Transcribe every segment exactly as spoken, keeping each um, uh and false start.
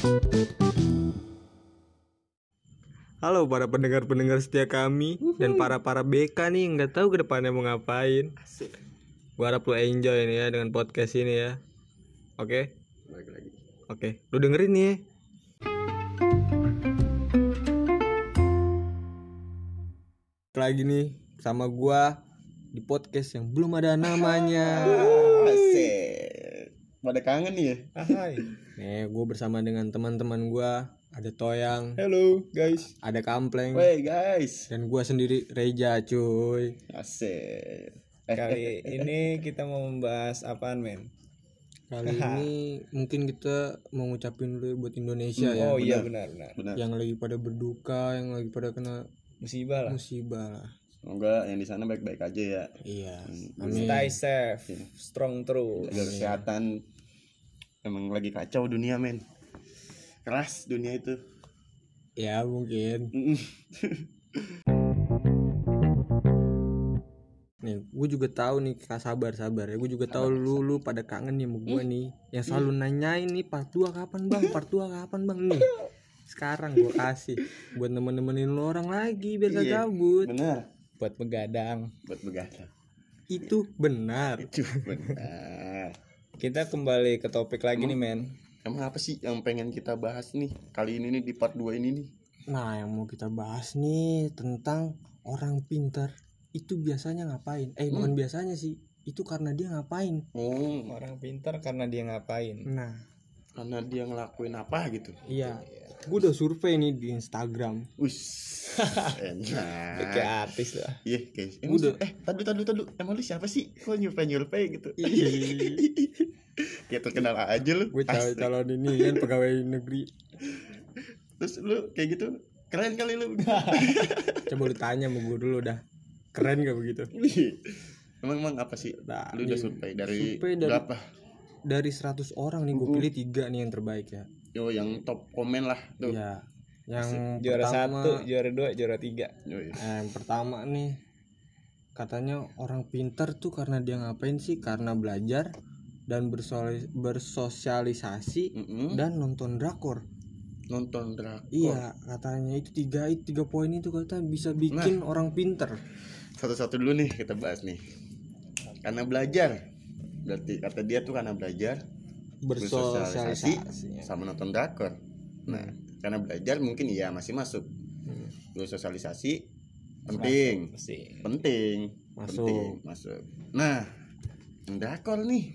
Halo para pendengar-pendengar setia kami dan para-para B K nih nggak tahu ke depannya mau ngapain. Gua harap lo enjoy nih ya dengan podcast ini ya. Oke? Balik lagi. Oke, lu dengerin nih. Lagi nih sama gua di podcast yang belum ada namanya. Asik. Pada kangen nih ya. Hai. Nih, gua bersama dengan teman-teman gua. Ada Toyang, Halo guys. ada Kampleng, Wey guys. dan gua sendiri Reja cuy. Asik. Eh, Kali ini kita mau membahas apaan, men? Kali ini mungkin kita mau ngucapin dulu buat Indonesia ya. Oh iya benar benar. benar. Yang lagi pada berduka, yang lagi pada kena Musibah lah. musibah lah. Semoga yang di sana baik-baik aja ya. Iya. Hmm, Amin. Stay safe, strong terus. Jaga kesehatan. Emang lagi kacau dunia men. Keras dunia itu. Ya mungkin. Nih, gue juga tahu nih, Kak, sabar sabar ya. Gue juga tahu lu lu pada kangen nih sama gue nih. Yang selalu nanyain nih part dua kapan bang, part dua kapan bang nih. Sekarang gue kasih buat nemen-nemenin lu orang lagi biar gak Iya, gabut. Benar. Buat begadang. Buat begadang. Itu benar. Itu benar. Kita kembali ke topik lagi nih, men. Emang apa sih yang pengen kita bahas nih kali ini nih di part dua ini nih? Nah, yang mau kita bahas nih tentang orang pintar itu biasanya ngapain? Eh, bukan biasanya sih. Itu karena dia ngapain? Oh, Orang pintar karena dia ngapain? Nah, karena dia ngelakuin apa gitu. iya. Gue udah survei nih di Instagram. Wih, enak. Kayak artis lah. Iya guys. Emang Udah. lu- eh tadu tadu tadu. Emang lu siapa sih? Kok nyurvei nyurvei gitu? Kayak terkenal aja lu. Gue calon Asli. calon ini kan pegawai negeri. Terus lu kayak gitu keren kali lu. Coba lu tanya sama gue dulu dah. Keren gak begitu? emang emang apa sih? Nah, Lu udah nih, survei dari, survei dari- berapa? Dari seratus orang nih gue pilih tiga nih yang terbaik ya. Yo yang top komen lah tuh. Iya. Yang Juara pertama, satu, juara dua, juara tiga. Yoi. eh, yang pertama nih katanya orang pintar tuh karena dia ngapain sih? Karena belajar dan bersoli- bersosialisasi Mm-mm. dan nonton drakor. Nonton drakor. Iya, katanya itu tiga itu tiga poin itu kata bisa bikin orang pintar. Satu-satu dulu nih kita bahas nih. Karena belajar. Berarti kata dia tuh karena belajar, Bersosialisasi. sama nonton drakor. Nah, karena belajar mungkin iya masih masuk. Hmm. Bersosialisasi penting. Pasti. Penting. Masuk. Penting, masuk. Nah, drakor nih.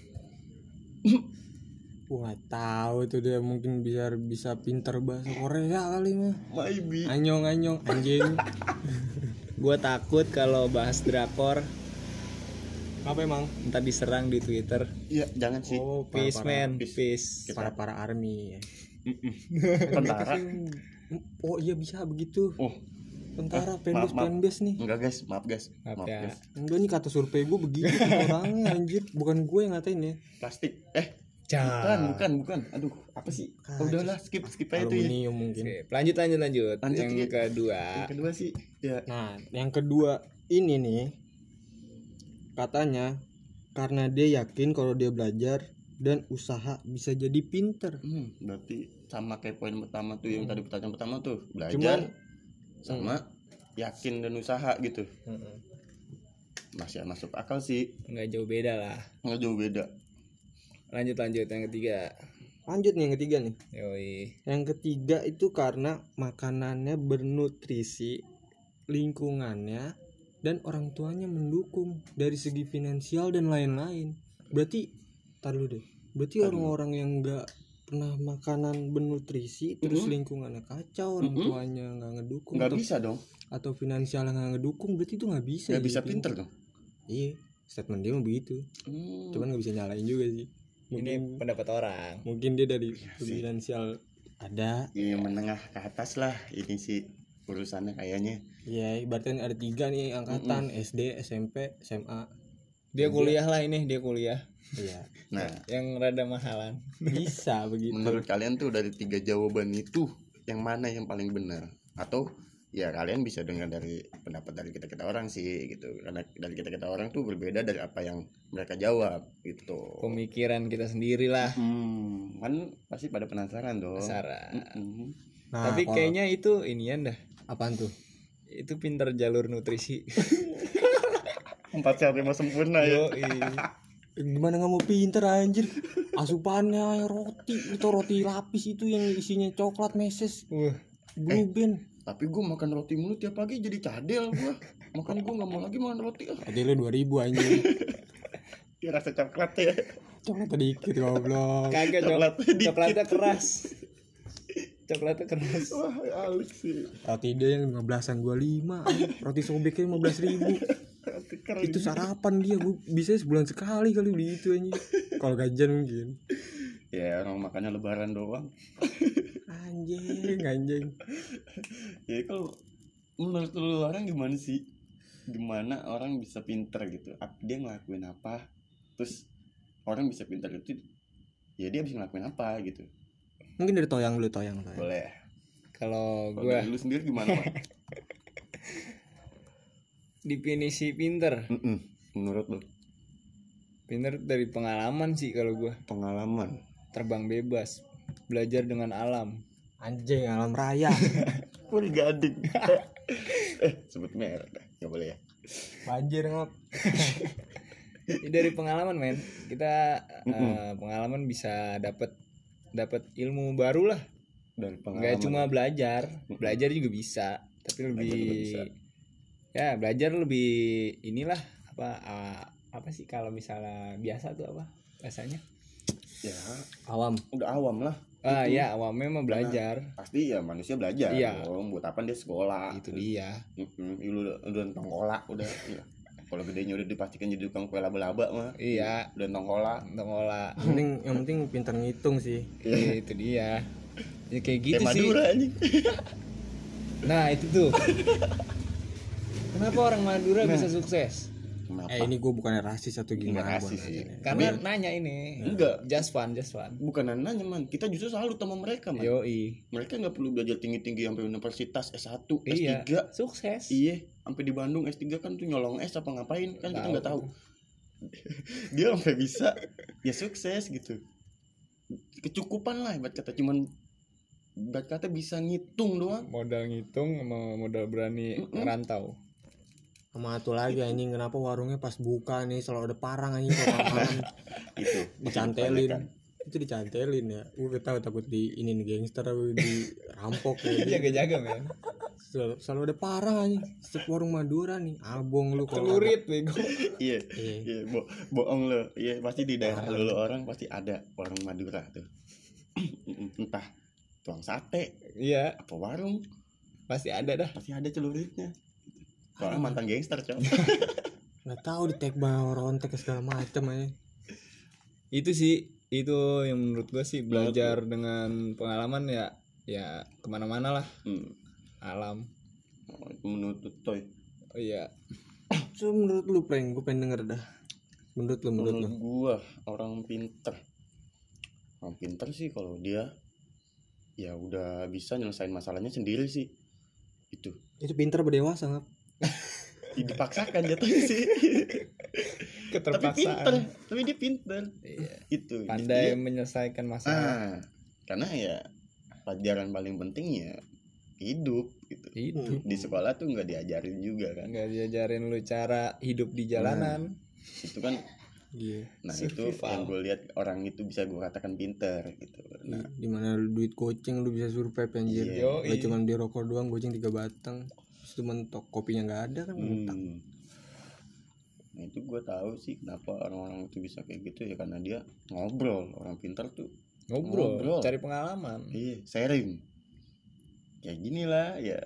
Gua nggak tahu itu dia mungkin bisa bisa pintar bahasa Korea kali mah. Maybe. Anyong anyong anjing. Gua takut kalau bahas drakor Apa emang? ntar diserang di Twitter. Iya, jangan sih. Oh, Peace, para-para- man. Peace. Para para army. ya. Tentara. Oh iya bisa begitu. Oh, Tentara maaf, penbase maaf. penbase nih. enggak guys, maaf guys. Maaf Maaf ya. guys. Enggak nih kata survei gue begitu orangnya anjir. Bukan gue yang ngatain ya. Plastik. Eh, Cah. bukan, bukan, bukan. Aduh, apa sih? Oh, udahlah, skip skip aja tuh ya. Aluminium mungkin. Oke, lanjut lanjut lanjut. Lanjut, Yang Ki. kedua. Yang kedua sih, ya Nah, yang kedua ini nih katanya karena dia yakin kalau dia belajar dan usaha bisa jadi pinter. Hmm, berarti sama kayak poin pertama tuh yang tadi pertanyaan pertama tuh belajar Cuman sama yakin dan usaha gitu. Mm-mm. Masih masuk akal sih, Nggak jauh beda lah. nggak jauh beda. Lanjut lanjut yang ketiga. lanjut nih yang ketiga nih. Yoi. Yang ketiga itu karena makanannya bernutrisi, lingkungannya dan orang tuanya mendukung dari segi finansial dan lain-lain. Berarti tar dulu deh. Berarti orang-orang yang enggak pernah makanan bernutrisi terus Mm-mm. lingkungannya kacau, orang Mm-mm. tuanya nggak ngedukung Nggak atau, bisa dong, atau finansialnya nggak ngedukung, berarti itu nggak bisa. nggak jadi bisa pinter dong. Iya, statement dia mah begitu. Hmm. Cuman nggak bisa nyalain juga sih. Mungkin Ini pendapat orang. mungkin dia dari Iya sih. finansial ada. Ini menengah ke atas lah ini sih urusannya kayaknya. Ya, ibaratnya ada tiga nih angkatan S D, S M P, S M A. Dia kuliah lah ini, dia kuliah. Iya, Nah, Yang rada mahalan. bisa begitu. menurut kalian tuh dari tiga jawaban itu yang mana yang paling benar? Atau ya kalian bisa dengar dari pendapat dari kita kita orang sih gitu, karena dari kita kita orang tuh berbeda dari apa yang mereka jawab gitu. Pemikiran kita sendiri lah. Hmm, kan pasti pada penasaran dong. Penasaran. Mm-mm. Nah, Tapi kalau- kayaknya itu inian dah. apaan tuh? Itu pinter jalur nutrisi. Empat sehat lima sempurna ya. Yoi. Gimana nggak mau pinter anjir? Asupannya roti itu roti lapis itu yang isinya coklat meses Wah, blue band. Tapi gue makan roti mulu tiap pagi jadi cadel gue. Makanya gue nggak mau lagi makan roti. Ah, Tadi lu dua ribu anjir. ya rasa coklat ya. Coklat dikit goblok. kagak Coklat coklat. dikit. Coklatnya keras. Coklatnya keras. Wah, alik sih. Roti dia yang lima belasan gua lima. Roti sobeknya lima belas ribu. Roti kering. Itu sarapan dia, gua bisa sebulan sekali kali beli itu anjir. Kalau gajian mungkin. Ya orang makannya lebaran doang. Anjing, anjing. Ya kalau menurut lu orang gimana sih? Gimana orang bisa pinter gitu? Ap- Dia ngelakuin apa? Terus orang bisa pinter itu, ya dia bisa ngelakuin apa gitu? Mungkin dari toyang dulu toyang toyang. Boleh. Kalau Kalau gue dari lu sendiri gimana, Pak? definisi pinter, Mm-mm. Menurut lu pinter dari pengalaman sih kalau gue. pengalaman? Terbang bebas, belajar dengan alam. Anjing alam raya. Pur gading. eh sebut merek dah, nggak boleh ya? Banjir ngap. Ini dari pengalaman men, kita eh, pengalaman bisa dapat dapat ilmu baru lah. Dari pengalaman. Nggak cuma belajar, belajar juga bisa, tapi lebih Belajar juga bisa. ya belajar lebih inilah apa ah, apa sih kalau misalnya biasa tuh apa rasanya? Ya Awam. udah awam lah. Ah ya awalnya mah belajar. Pasti ya manusia belajar. Iya. Dong. Buat apa dia sekolah? Itu dia. Mm-mm. Ya, lu udah udah nonton kolak udah. Iya. Kalau gedenya udah dipastikan jadi tukang kue laba-laba mah. Iya. Udah nonton kolak. Untuk ngolah. Yang penting yang penting pintar ngitung sih. Iya, itu dia. Ya kayak gitu Kayak sih. Madura anjing. Nah, itu tuh. Kenapa orang Madura bisa sukses? Kenapa? Eh ini gue bukannya rasis atau Enggak gimana rasis buat sih. nanya. Karena nanya ini. Enggak. Just fun, just fun. Bukan nanya man, kita justru salut sama mereka man. Yoi. Mereka nggak perlu belajar tinggi-tinggi sampai universitas S satu, Iya. S tiga. Sukses. Iya, sampai di Bandung S tiga kan tuh nyolong S apa ngapain kan kita Tahu. nggak tahu. Dia sampai bisa ya sukses gitu. Kecukupan lah ibarat kata, cuman ibarat kata bisa ngitung doang. Modal ngitung sama modal berani Mm-mm. ngerantau. Sama satu lagi anjing kenapa warungnya pas buka nih selalu ada parang anjing kalau malam Itu dicantelin. Itu dicantelin ya. Gue tahu takut di ini nih gangster atau dirampok ya. Jaga-jaga men. Selalu, selalu ada parang anjing. Setiap warung Madura nih, albong lu kalau Celurit bego. Iya. ada- Iya. Iya, bo bohong lo. Iya, pasti di daerah lo, lo orang pasti ada warung Madura tuh. Entah tuang sate Iya, apa warung, pasti ada dah. pasti ada celuritnya. Soalnya mantan gangster, Cok. Nggak tahu di tag bawah rontek segala macam aja. Itu sih, itu yang menurut gua sih belajar dengan pengalaman ya, ya kemana-mana lah Hmm. alam. Oh, itu menurut Toy. Oh iya, So menurut lu prank, gue pengen denger dah. Menurut lu, menurut lu. Menurut gua orang pinter, orang pinter sih kalau dia ya udah bisa nyelesain masalahnya sendiri sih. Itu Itu pinter berdewasa nggak? dipaksakan jatuhnya sih. Tapi pinter, keterpaksaan. tapi dia pinter. Iya. Itu Pandai dia- menyelesaikan masalah. Ah, karena ya pelajaran paling penting ya hidup gitu. Hidup. Di sekolah tuh nggak diajarin juga kan. Nggak diajarin lu cara hidup di jalanan. Itu kan, Iya. nah itu Survival. yang gue lihat orang itu bisa gue katakan pinter gitu. Nah, Dimana lu duit goceng lu bisa survive anjir. Iya. Yoi. Gak cuma di rokok doang goceng tiga batang. Terus itu mentok kopinya nggak ada kan mentok. hmm. Nah itu gue tahu sih kenapa orang-orang itu bisa kayak gitu ya, karena dia ngobrol. Orang pinter tuh Ngobrol, Ngobrol. cari pengalaman. iya sharing kayak gini lah ya.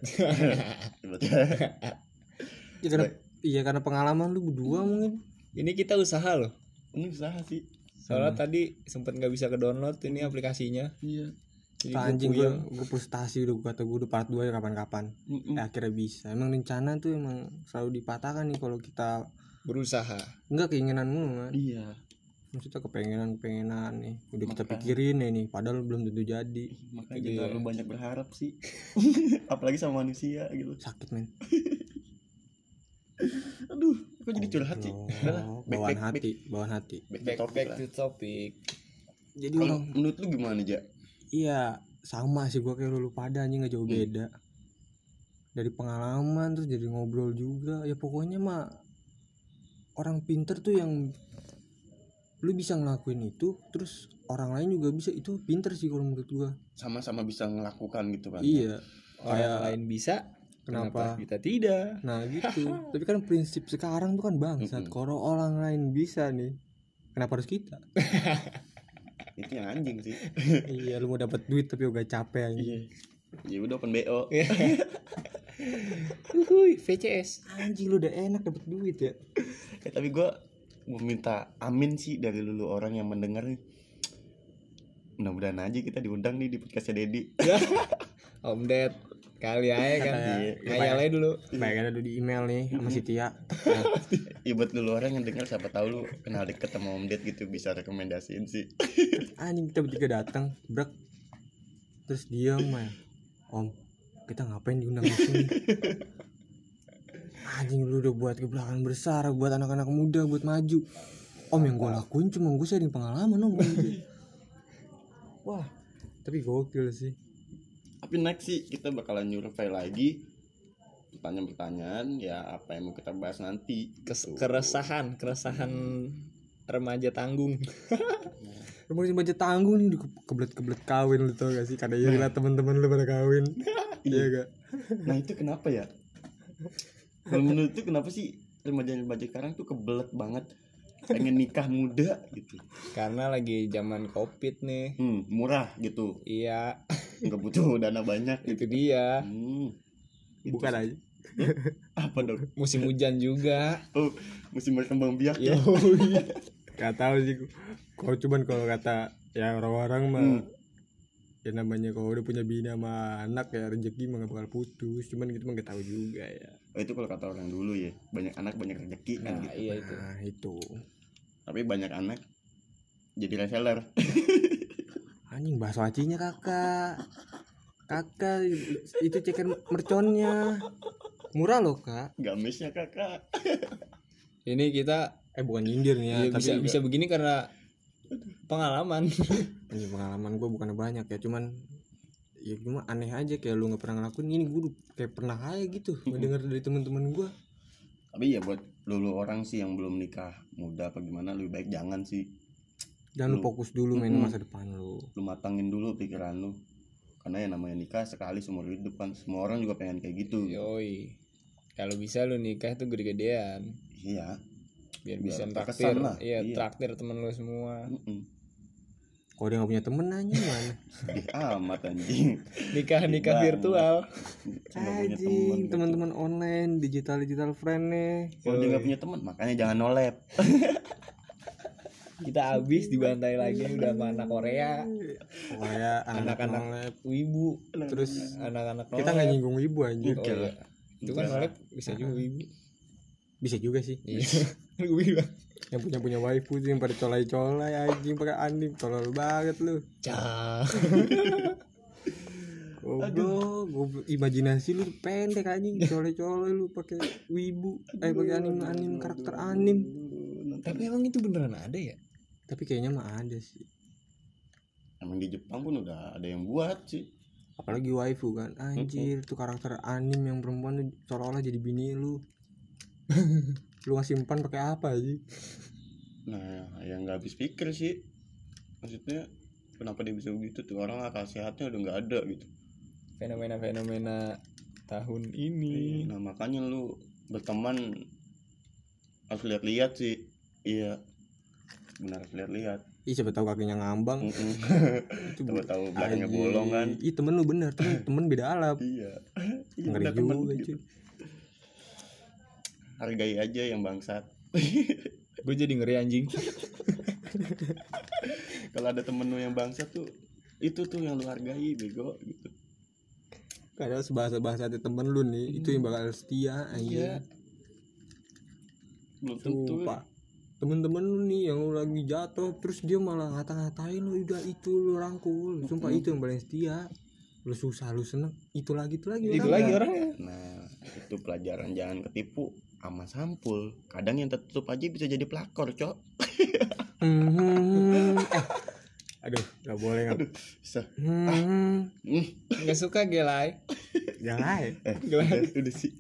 Ya, karena, iya karena pengalaman lu berdua mungkin. Ini kita usaha loh. Ini usaha sih. Soalnya tadi sempet nggak bisa ke download ini aplikasinya. Iya. Jadi Nah, gua anjing gue puyeng. gue frustasi udah gue kata gue udah part dua ya kapan-kapan. Mm-mm. Ya, akhirnya bisa. Emang rencana tuh emang selalu dipatahkan nih kalau kita berusaha. enggak keinginan mulu kan. Iya. Maksudnya kepengenan kepengenan nih udah kita Maka- pikirin ya nih padahal belum tentu jadi. Makanya Iya. terlalu banyak berharap sih. Apalagi sama manusia gitu. Sakit men. Aduh, aku jadi curhat sih. Goblok. Udah lah, back, Bawaan back, hati bawaan hati. back, back, back to topic back lah. to topic. Jadi Kalau orang menurut lu gimana, Ja? iya sama sih gua kayak lu pada anjing nggak jauh Hmm. beda. Dari pengalaman terus jadi ngobrol juga ya pokoknya mah orang pinter tuh yang lu bisa ngelakuin itu terus orang lain juga bisa, itu pinter sih kalau menurut gua. Sama-sama bisa ngelakukan gitu kan. Iya Orang kayak lain bisa, kenapa kenapa kita tidak? nah gitu. Tapi kan prinsip sekarang tuh kan bangsat. Mm-mm. Kalau orang lain bisa nih kenapa harus kita? Itu yang anjing sih. Iya lu mau dapat duit tapi udah capek anjing. Iya. Ya udah open B O. Uhuy, V C S. Anjing lu udah enak dapat duit ya. Eh, tapi gue mau minta amin sih dari lulu orang yang mendengar nih. Mudah-mudahan aja kita diundang nih di podcastnya Dedi. Om Ded, kali aja kan. Iya. Ngayal aja dulu. Baik ada di email nih sama si Tia. Ya buat lulu orang yang dengar siapa tahu lu kenal deket sama Om Ded gitu bisa rekomendasiin sih. Anjing kita bertiga datang, brek. Terus diam ya. Om, kita ngapain diundang di sini? Anjing lu udah buat kebelakangan besar buat anak-anak muda buat maju. Om yang gue lakuin cuma gue sharing pengalaman om. Wah, tapi gokil sih. Tapi next sih kita bakalan nyurvei lagi pertanyaan-pertanyaan ya apa yang mau kita bahas nanti. Kes- Gitu. keresahan, keresahan remaja tanggung. Lu masih baca tanggung nih ke- kebelet-kebelet kawin lu tau gak sih? Karena ya lah teman-teman lu pada kawin. Iya gak? Nah itu kenapa ya? Kalau menurut tuh kenapa sih remaja-remaja sekarang tuh kebelet banget pengen nikah muda gitu? Karena lagi zaman Covid nih. Hmm, murah gitu, Iya, nggak butuh dana banyak itu gitu. dia. Hmm, itu Bukan sih. aja. Apa dong? Musim hujan juga. Oh, musim berkembang biak ya. Yoi. Gak tahu sih. Kalau cuman kalau kata ya orang-orang mah Hmm. ya namanya kalau udah punya bini sama anak ya rezeki mah gak bakal putus. Cuman gitu mah gak tahu juga ya. Oh, itu kalau kata orang dulu ya, banyak anak banyak rezeki kan Nah, gitu. iya itu. Nah itu Tapi banyak anak jadi reseller. anjing bahasa wacinya kakak. Kakak itu ceker merconnya murah loh kak. Gamisnya kakak. Ini kita Eh bukan nyindir nih ya, ya, tapi bisa bisa begini karena pengalaman. ini pengalaman gue bukan banyak ya, cuman ya cuma aneh aja kayak lu nggak pernah ngelakuin ini, gue kayak pernah aja gitu mendengar dari teman-teman gue. Tapi ya buat lulu orang sih yang belum nikah muda apa gimana lebih baik jangan sih. Jangan lu Lu- fokus dulu main Mm-mm. masa depan lu. Lu matangin dulu pikiran lu. Karena yang namanya nikah sekali seumur hidup kan. Semua orang juga pengen kayak gitu. Yoi. Kalau bisa lu nikah tuh gede-gedean Iya. biar Biar bisa terkesan traktir. lah. Iya, Iya. traktir temen lu semua. Mm-mm. Kalau dia nggak punya temen nanya mana? Sedih amat anjing. Nikah nikah Banget. virtual. Nggak punya temen, Anjing, gitu. teman-teman online, digital digital friend nih. Kalau dia nggak punya teman makanya jangan nolep. Kita habis dibantai lagi udah sama anak Korea, Kayak anak-anak Anak-anak. nolep. wibu, Terus anak-anak kita nggak nyinggung ibu anjing. Oh, iya. Itu kan Enggak. nolep bisa juga wibu. Bisa juga sih. Iya. Gue bilang. Yang punya punya waifu tuh yang pada colai-colai anjing pakai anim, tolol banget lu. Cah. Goblok, goblok. Imajinasi lu pendek anjing, colai-colai lu pakai wibu, eh pakai anim-anim karakter anim. Tapi emang itu beneran ada ya? Tapi kayaknya mah ada sih. Emang di Jepang pun udah ada yang buat sih. Apalagi waifu kan. Anjir, tuh karakter anim yang perempuan tuh seolah-olah jadi bini lu. Lu ngasih umpan pakai apa sih? Nah, yang nggak habis pikir sih. Maksudnya kenapa dia bisa begitu tuh orang akal sehatnya udah nggak ada gitu. Fenomena-fenomena tahun ini. Nah makanya lu berteman harus lihat-lihat sih. Iya, benar harus lihat-lihat. Ih, siapa tahu kakinya ngambang. Mm-mm. Itu Tahu-tahu belakangnya anjing. bolong kan. Ih, temen lu bener, temen, temen beda alam. Iya. Iya, Ngeri udah temen juga gitu. cuy. Hargai aja yang bangsat. Gue jadi ngeri anjing. Kalau ada temen lu yang bangsat tuh itu tuh yang lu hargai bego gitu. Kadang sebahasa-bahasa temen lu nih, itu yang bakal setia anjing. Iya. Belum tentu. Sumpah. temen-temen lu nih yang lu lagi jatuh terus dia malah ngata-ngatain lu, udah itu lu rangkul, sumpah itu yang paling setia. Lu susah lu seneng itu lagi itu lagi Itu orangnya. lagi orangnya. Nah itu pelajaran, jangan ketipu sama sampul. Kadang yang tertutup aja bisa jadi pelakor, cok. Hmm, eh, aduh nggak boleh nggak. Bisa. Hmm, Hmm. Nggak suka gelai. jangan. Eh, Gelai. udah, udah sih.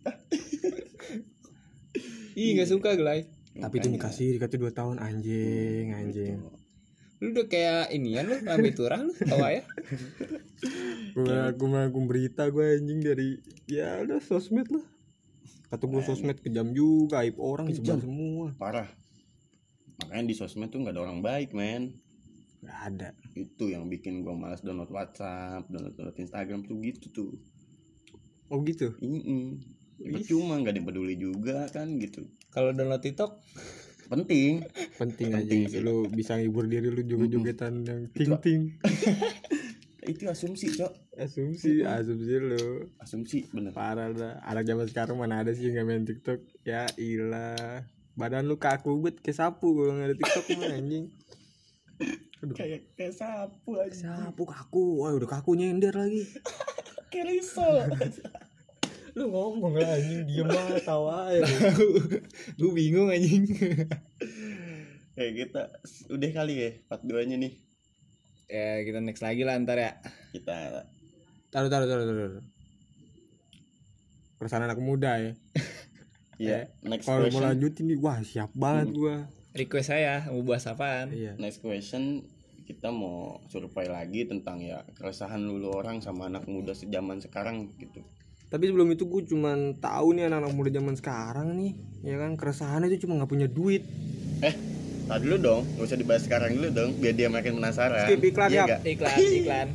Ih nggak suka gelai. Tapi itu dikasih dikasih dua tahun anjing anjing. Lu udah kayak inian lu lambe turang lu tawa ya. Gue aku mah aku berita gue anjing dari ya udah sosmed lah. Kata gue sosmed kejam juga, aib orang Kejam. disebar semua. Parah. Makanya di sosmed tuh nggak ada orang baik, men. Gak ada. Itu yang bikin gua malas download WhatsApp, download, download Instagram tuh gitu tuh. Oh gitu. Ini percuma, nggak dipeduli juga kan gitu. Kalau download TikTok Penting. Penting, Penting aja sih. lu bisa ngibur diri lu joget-jogetan yang ting-ting. Itu asumsi, cok. Asumsi, asumsi lu. Asumsi bener. Parah dah. Anak zaman sekarang mana ada sih yang nggak main TikTok? Ya ilah. Badan lu kaku bet kayak sapu kalau nggak ada TikTok mah anjing. Aduh. Kayak kayak sapu aja. Sapu kaku. Wah, udah kaku nyender lagi. Kayak risol. Lu ngomong lah anjing, diem aja tawa aja. gue bingung anjing. Kayak kita udah kali ya part dua nya nih. Ya kita next lagi lah ntar ya. Kita Taruh, taruh, taruh, taruh. Perasaan anak muda ya. ya next Kalau mau question. lanjutin nih, wah siap banget gua. Request saya mau bahas apaan? Iya. Next question kita mau survei lagi tentang ya keresahan dulu orang sama anak muda sejaman sekarang gitu. Tapi sebelum itu gue cuman tahu nih anak-anak muda zaman sekarang nih, ya kan keresahannya itu cuma nggak punya duit. Eh, tadi dulu dong, gak usah dibahas sekarang dulu dong, biar dia makin penasaran. Skip iklan, Iya Yap. nggak? Iklan, iklan.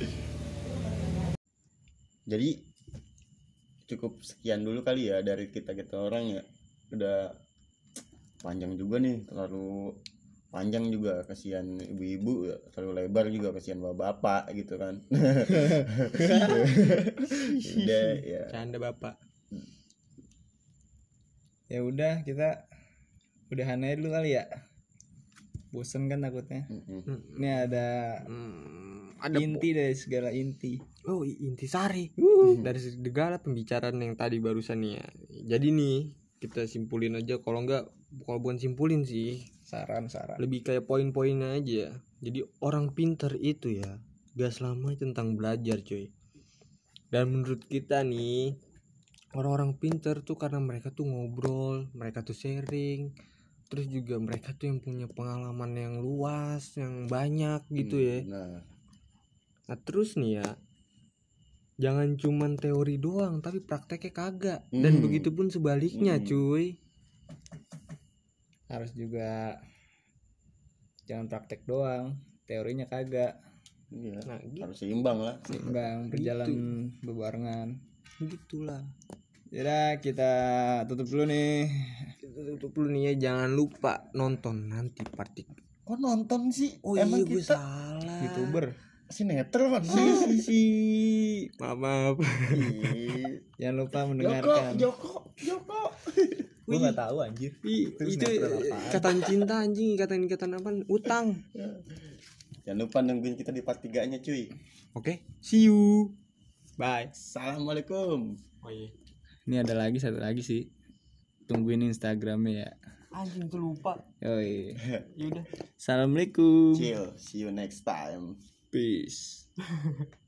Jadi cukup sekian dulu kali ya dari kita kita orang ya. Udah panjang juga nih, terlalu panjang juga, kasihan ibu-ibu ya, terlalu lebar juga kasihan bapak-bapak gitu kan. Udah ya. Canda bapak. Ya udah kita udahan aja dulu kali ya. Bosen kan takutnya. Mm-mm. Ini ada Hmm, ada inti dari segala inti. oh intisari dari segala pembicaraan yang tadi barusan nih ya. Jadi nih kita simpulin aja, kalau enggak kalau bukan simpulin sih, Saran-saran. lebih kayak poin-poinnya aja. Jadi orang pintar itu ya gak selamanya tentang belajar cuy. Dan menurut kita nih, orang-orang pintar tuh karena mereka tuh ngobrol, mereka tuh sharing, terus juga mereka tuh yang punya pengalaman yang luas, yang banyak gitu ya. Nah, Nah terus nih ya, jangan cuman teori doang tapi prakteknya kagak. Dan Hmm. begitu pun sebaliknya Hmm. cuy. Harus juga jangan praktek doang, teorinya kagak. iya, Nah gitu, harus seimbang lah. Seimbang, berjalan bebarengan. gitulah. Yaudah kita tutup dulu nih. Kita tutup dulu nih ya, jangan lupa nonton nanti part tiga. Kok nonton sih? Oh Emang iya gue kita salah. YouTuber. sinetron Si si si. Maaf maaf. Jangan lupa Joko, mendengarkan. Joko, Joko. Gue nggak tahu anjir. Ih, Itu itu sinetron apaan? ikatan cinta anjing, ikatan ikatan apa? Utang. Jangan lupa nungguin kita di part tiga nya cuy. Oke, see you. Bye. Assalamualaikum. Oh iya. Ini ada lagi satu lagi sih. Tungguin Instagramnya ya. Anjing tuh lupa. Yoi. Yaudah. Assalamualaikum. Chill, see you next time. Peace.